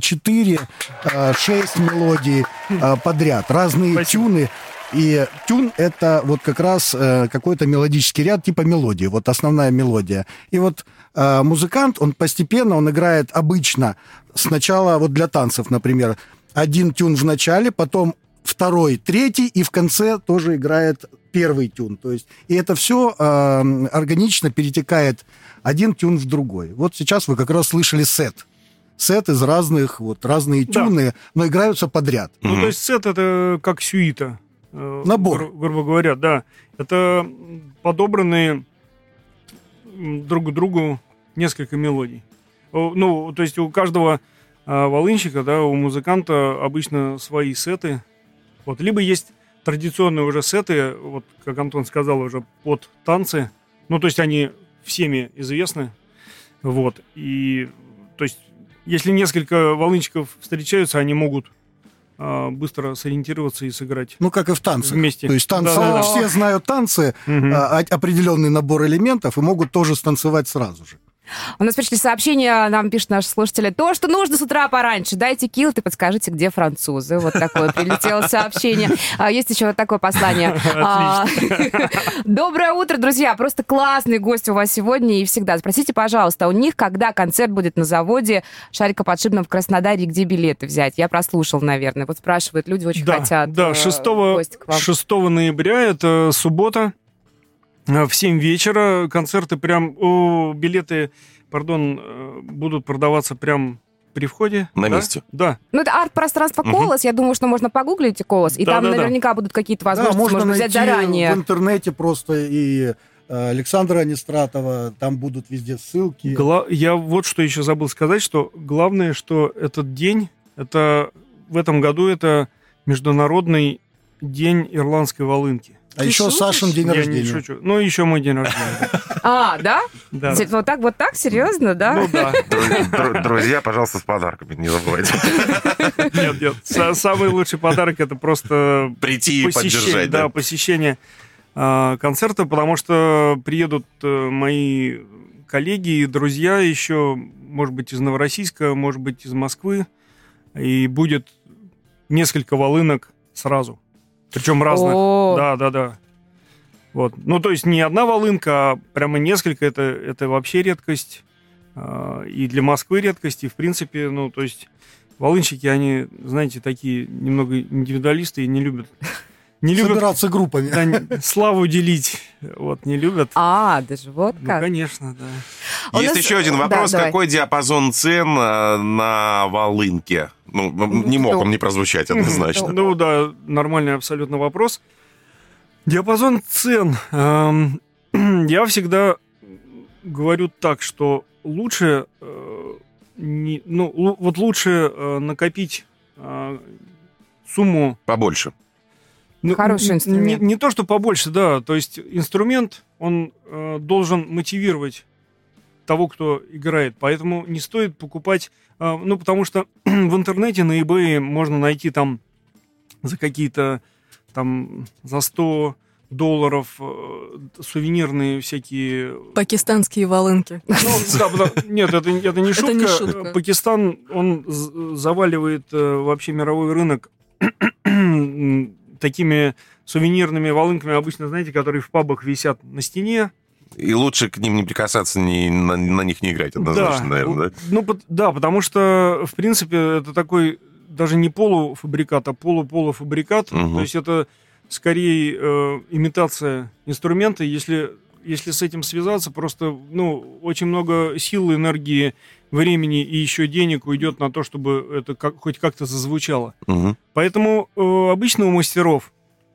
D: четыре-шесть мелодий э, подряд, разные
E: Спасибо.
D: тюны. И тюн — это вот как раз э, какой-то мелодический ряд типа мелодии, вот основная мелодия. И вот э, музыкант, он постепенно, он играет обычно сначала вот для танцев, например, один тюн в начале, потом второй, третий, и в конце тоже играет первый тюн. То есть, и это все э, органично перетекает один тюн в другой. Вот сейчас вы как раз слышали сет. Сет из разных, вот разные
E: Да.
D: тюны, но играются подряд.
E: Ну,
B: Мгм.
E: то есть сет это как сюита. э,
D: Набор.
E: гру- грубо говоря, да. Это подобранные м, друг к другу несколько мелодий. О, Ну, то есть у каждого а, волынщика, да, у музыканта обычно свои сеты. Вот. Либо есть традиционные уже сеты, вот как Антон сказал, уже под танцы. Ну, то есть они всеми известны. Вот. И, то есть, если несколько волынщиков встречаются, они могут а, быстро сориентироваться и сыграть
D: Ну, как и в танцах.
E: вместе.
D: То есть танцы,
E: Да-да-да.
D: все знают танцы,
E: Мгм.
D: а, о- определенный набор элементов, и могут тоже станцевать сразу же.
C: У нас пришли сообщения, нам пишут наши слушатели. То, что нужно с утра пораньше. Дайте килт и подскажите, где французы. Вот такое прилетело сообщение. А, Есть еще вот такое послание. А, Доброе утро, друзья. Просто классный гость у вас сегодня и всегда. Спросите, пожалуйста, у них когда концерт будет на заводе шарикоподшипном в Краснодаре, где билеты взять? Я прослушал, наверное. Вот спрашивают, люди очень
E: Да,
C: хотят
E: да,
C: э,
E: шестого,
C: в гости к вам.
E: шестого ноября, это суббота, э, в семь вечера. Концерты прям, о, билеты, пардон, э, будут продаваться прям при входе.
B: На
E: да?
B: месте.
E: Да.
C: Ну, это арт-пространство «Колос». Я думаю, что можно погуглить «Колос», и
E: Да,
C: там
E: да, да.
C: наверняка будут какие-то
D: Да,
C: возможности,
D: можно
C: можно взять
D: найти
C: заранее.
D: в интернете просто и э, Александра Анистратова, там будут везде ссылки.
E: Гла- Я вот что еще забыл сказать, что главное, что этот день, это в этом году это Международный день ирландской волынки.
D: А
F: Ты
D: еще
F: шутишь?
D: Сашин день
E: Я
D: рождения.
E: не шучу. Ну, еще мой день рождения.
C: А, да?
E: Да.
C: Се- Вот так, вот так, серьезно, да?
E: Ну да.
B: Дру- дру- Друзья, пожалуйста, с подарками, не забывайте.
E: Нет, нет. Са- Самый лучший подарок это просто
B: Прийти и
E: посещение,
B: поддержать,
E: да,
B: да.
E: посещение а, концерта, потому что приедут э, мои коллеги и друзья еще, может быть, из Новороссийска, может быть, из Москвы, и будет несколько волынок сразу. Причем разных.
C: О.
E: Да, да, да. Вот. Ну, то есть не одна волынка, а прямо несколько. Это, это вообще редкость. А, и для Москвы редкость. И, в принципе, ну, то есть волынщики, они, знаете, такие немного индивидуалисты и не любят. Не любят
D: Собираться группами.
E: да, не- славу делить. Вот, не любят.
C: А, даже вот
E: Ну,
C: как.
E: конечно, да.
C: У
B: Есть
C: нас-
B: еще один
C: да,
B: вопрос.
C: давай.
B: Какой диапазон цен э, на волынке? Ну, не мог он не прозвучать однозначно.
E: Ну да, нормальный абсолютно вопрос. Диапазон цен. Эм, Я всегда говорю так, что лучше, э, не- ну, лу- вот лучше э, накопить э, сумму.
B: Побольше.
E: ну,
C: Хороший
E: н-
C: инструмент.
E: Не, не то, что побольше, да. То есть инструмент, он э, должен мотивировать того, кто играет. Поэтому не стоит покупать... э, ну, потому что в интернете на eBay можно найти там за какие-то там за сто долларов э, сувенирные всякие...
F: Пакистанские волынки.
E: Ну, да, потому- нет, это, это не шутка.
F: не шутка.
E: Пакистан, он з- заваливает э, вообще мировой рынок такими сувенирными волынками, обычно, знаете, которые в пабах висят на стене.
B: И лучше к ним не прикасаться, ни, на, на них не играть, однозначно,
E: да,
B: наверное, да?
E: Ну, пот- да, потому что, в принципе, это такой даже не полуфабрикат, а полуполуфабрикат.
B: Мгм.
E: То есть это скорее э, имитация инструмента. Если, если с этим связаться, просто ну, очень много сил, энергии, времени и еще денег уйдет на то, чтобы это как, хоть как-то зазвучало.
B: Мгм.
E: Поэтому э, обычно у мастеров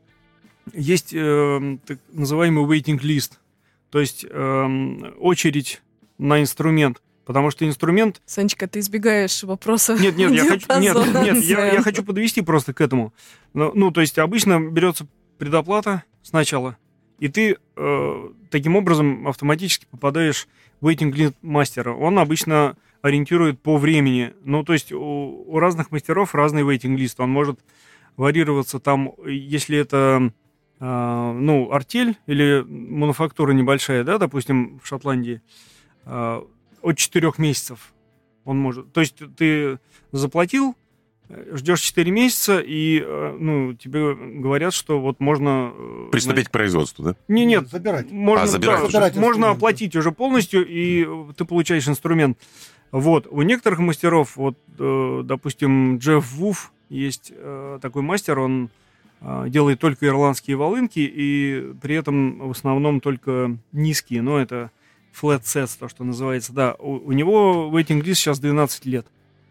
E: есть э, так называемый waiting list, то есть э, очередь на инструмент. Потому что инструмент...
F: Санечка, ты избегаешь вопроса.
E: Нет, нет, я хочу, нет,
F: диапазона
E: нет, я, я
F: цен.
E: хочу подвести просто к этому. Ну, ну, то есть обычно берется предоплата сначала, и ты э, таким образом автоматически попадаешь в waiting list мастера. Он обычно ориентирует по времени. Ну, то есть у, у разных мастеров разный waiting list. Он может варьироваться там, если это э, ну, артель или мануфактура небольшая, да, допустим, в Шотландии, э, от четырех месяцев он может. То есть ты заплатил, ждешь четыре месяца, и э, ну, тебе говорят, что вот можно... э,
B: Приступить к производству, да?
E: Не, нет,
D: Забирать.
E: можно,
B: А, забирать
E: да,
B: уже.
D: Забирать
E: можно
D: инструмент,
E: оплатить уже полностью, и ты получаешь инструмент. Вот. У некоторых мастеров, вот, э, допустим, Джефф Вуф, есть э, такой мастер, он э, делает только ирландские волынки, и при этом в основном только низкие, но это flat sets, то, что называется, да. У, у него waiting list сейчас двенадцать лет.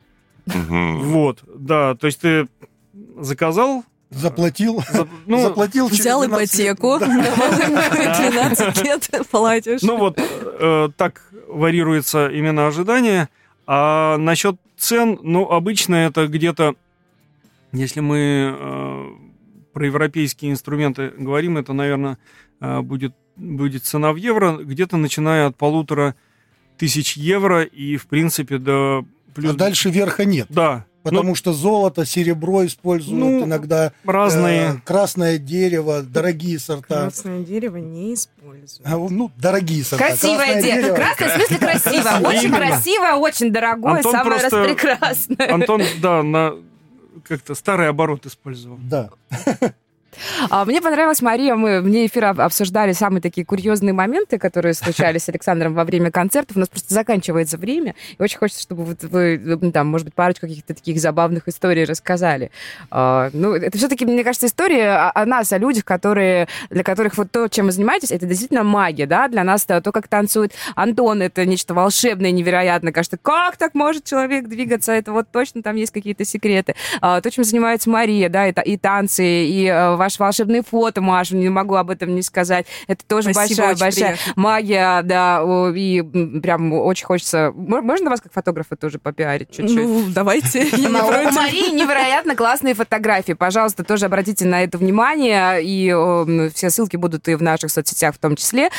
B: Мгм.
E: Вот, да, то есть ты заказал,
D: Заплатил.
E: за- ну,
D: Заплатил через
F: Взял
D: двенадцать лет.
F: ипотеку
D: Да.
F: на волынку, двенадцать лет платишь.
E: Ну вот э, так варьируется именно ожидание. А насчет цен, ну, обычно это где-то, если мы э, про европейские инструменты говорим, это, наверное, э, будет, будет цена в евро, где-то начиная от полутора тысяч евро и, в принципе, до плюс...
D: А дальше верха нет.
E: Да.
D: Потому что золото, серебро используют
E: Ну,
D: иногда.
E: разные...
D: э, красное дерево, дорогие сорта.
F: Красное дерево не использую.
D: А, ну, дорогие сорта.
C: Красивое
D: Красное
C: дерево. Красное, в смысле красивое. Очень
E: Именно.
C: красивое, очень дорогое,
E: Антон
C: самое
E: просто-
C: распрекрасное.
E: Антон, да, на как-то старый оборот использовал.
D: Да.
C: А, мне понравилась Мария. Мы вне эфира обсуждали самые такие курьезные моменты, которые случались с Александром во время концертов. У нас просто заканчивается время. И очень хочется, чтобы вот вы, там, может быть, парочку каких-то таких забавных историй рассказали. А, ну, это все-таки, мне кажется, история о, о нас, о людях, которые, для которых вот то, чем вы занимаетесь, это действительно магия, да? Для нас то, то, как танцует Антон, это нечто волшебное, невероятное. Кажется, как так может человек двигаться? Это вот точно там есть какие-то секреты. А, то, чем занимается Мария, да, это и танцы, и ваши волшебные фото, Маша, не могу об этом не сказать. Это тоже большая-большая магия, да, и прям очень хочется... Можно вас как фотографа тоже попиарить чуть-чуть?
F: Ну, давайте.
C: У Марии невероятно классные фотографии. Пожалуйста, тоже обратите на это внимание, и все ссылки будут и в наших соцсетях в том числе.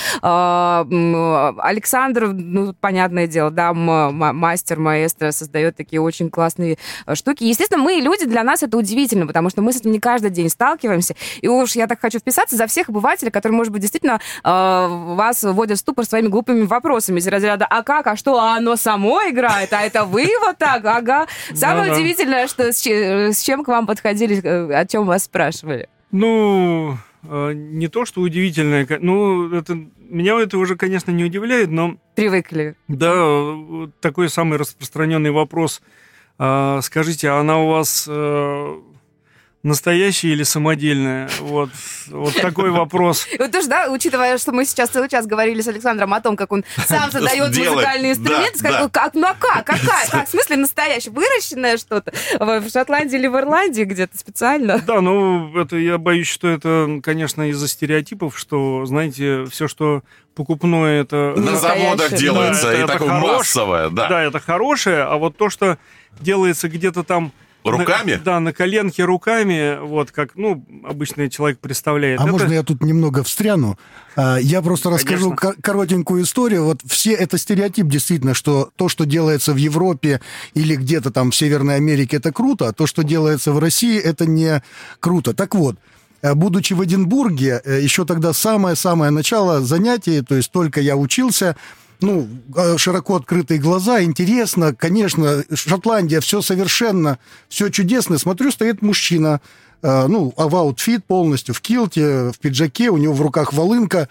C: Александр, ну, понятное дело, да, мастер, маэстро, создает такие очень классные штуки. Естественно, мы, люди, для нас это удивительно, потому что мы с этим не каждый день сталкиваемся. И уж я так хочу вписаться за всех обывателей, которые, может быть, действительно э, вас вводят в ступор своими глупыми вопросами из разряда «А как? А что? А оно само играет? А это вы вот так? Ага». Самое
E: Да-да.
C: удивительное, что с, че- с чем к вам подходили, э, о чем вас спрашивали.
E: Ну, э, не то, что удивительное. ко- Ну, это, меня это уже, конечно, не удивляет, но
C: Привыкли.
E: да, вот такой самый распространенный вопрос. А, скажите, а она у вас э, настоящая или самодельная? Вот, вот такой вопрос.
C: И вот тоже, да, учитывая, что мы сейчас целый час говорили с Александром о том, как он сам создает
B: Делает,
C: музыкальные инструменты,
B: да,
C: сказал,
B: да.
C: как, ну а как, какая, как, в смысле настоящее, выращенное что-то в Шотландии или в Ирландии где-то специально?
E: Да, ну, это я боюсь, что это, конечно, из-за стереотипов, что, знаете, все, что покупное, это...
B: На заводах
C: Настоящее,
B: делается,
E: да,
B: и
E: это
B: такое
E: хорош-
B: массовое, да.
E: Да, это хорошее, а вот то, что делается где-то там...
B: Руками?
E: На, да, на коленке руками, вот как, ну, обычный человек представляет.
D: А
E: Это-
D: можно я тут немного встряну? А, Я просто расскажу
E: Конечно.
D: ко- коротенькую историю. Вот все это стереотип действительно, что то, что делается в Европе или где-то там в Северной Америке, это круто, а то, что делается в России, это не круто. Так вот, э, будучи в Эдинбурге, э, еще тогда самое-самое начало занятий, то есть только я учился, ну, э, широко открытые глаза, интересно, конечно, Шотландия, все совершенно, все чудесно. Смотрю, стоит мужчина, э, ну, в аутфит полностью, в килте, в пиджаке, у него в руках волынка.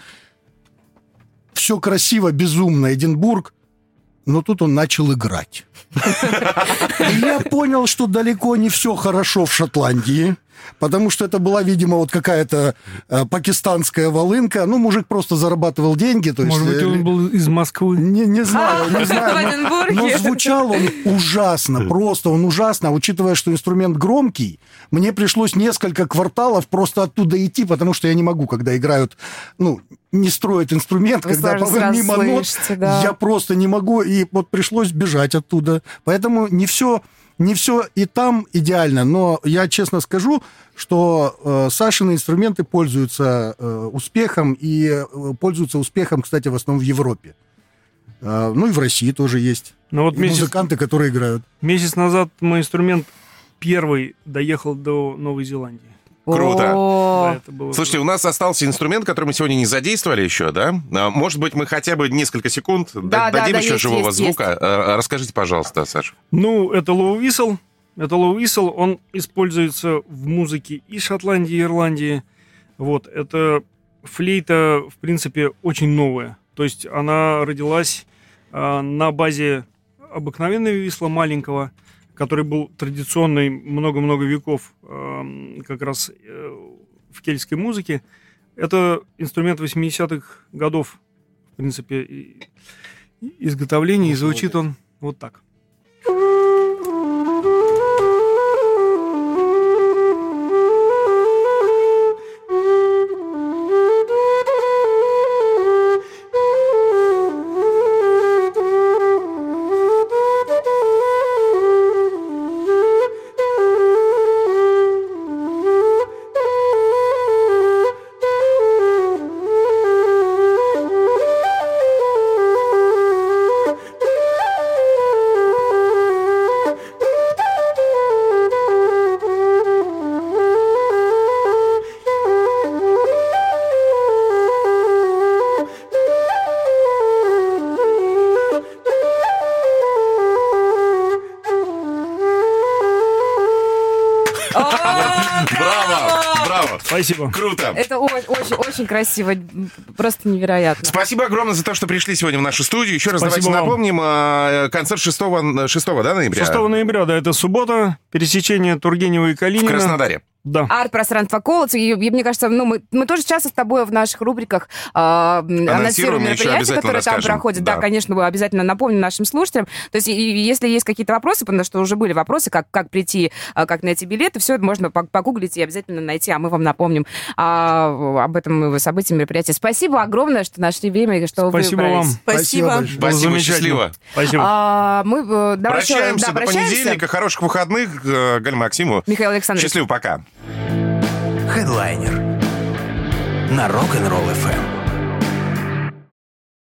D: Все красиво, безумно, Эдинбург. Но тут он начал играть. И я понял, что далеко не все хорошо в Шотландии, потому что это была, видимо, вот какая-то э, пакистанская волынка. Ну, мужик просто зарабатывал деньги. То есть,
E: Может быть,
D: э,
E: он был из Москвы.
D: не, не знаю, не
C: В
D: знаю. но-
C: Эдинбурге.
D: Но звучал он ужасно, просто он ужасно. А учитывая, что инструмент громкий, мне пришлось несколько кварталов просто оттуда идти, потому что я не могу, когда играют, ну, не строят инструмент,
C: Вы
D: когда
C: сразу-
D: по-
C: сразу
D: мимо нот,
C: слышите, да.
D: я просто не могу, и вот пришлось бежать оттуда. Поэтому не все... Не все и там идеально, но я честно скажу, что э, Сашины инструменты пользуются э, успехом, и э, пользуются успехом, кстати, в основном в Европе. Э, ну и в России тоже есть
E: Но вот
D: и
E: месяц,
D: музыканты, которые играют.
E: месяц назад мой инструмент первый доехал до Новой Зеландии.
B: Круто.
C: О,
E: Да, это было
B: Слушайте, у нас остался инструмент, который мы сегодня не задействовали еще, да? А, Может быть, мы хотя бы несколько секунд да,
C: Да, да,
B: дадим
C: да,
B: еще
C: есть,
B: живого
C: есть,
B: звука. А, Расскажите, пожалуйста, Саша.
E: Ну, это low whistle. Это low whistle, он используется в музыке и Шотландии, и Ирландии. Вот, это флейта, в принципе, очень новая. То есть она родилась а, на базе обыкновенного висла маленького, который был традиционный много-много веков эм, как раз э, в кельтской музыке. Это инструмент восьмидесятых годов, в принципе, и- и изготовления, и звучит он вот так. Спасибо.
B: Круто.
C: Это очень-очень красиво, просто невероятно.
B: Спасибо огромное за то, что пришли сегодня в нашу студию. Еще раз
E: Спасибо
B: давайте
E: вам.
B: напомним, концерт шестого, шестого да, ноября?
E: шестого ноября, да, это суббота, пересечение Тургенева и Калинина.
B: В Краснодаре.
E: Да.
C: Арт-пространство Колос. И, и мне кажется, ну, мы, мы тоже часто с тобой в наших рубриках э, анонсируем мероприятия, которые там проходят. Да. да, конечно, мы обязательно напомним нашим слушателям. То есть, и, и если есть какие-то вопросы, потому что уже были вопросы, как, как прийти, как найти билеты, все это можно погуглить и обязательно найти, а мы вам напомним а, об этом событии, мероприятии. Спасибо огромное, что нашли время и что
E: Спасибо
C: вы
E: вам.
F: Спасибо.
B: Спасибо, Спасибо счастливо.
E: Спасибо.
C: А, мы, да,
B: прощаемся
C: да,
B: до
C: прощаемся.
B: понедельника. Хороших выходных. Галина Максимова.
C: Михаил Александрович.
B: Счастливо, пока.
A: Хедлайнер на Rock'n'Roll эф эм.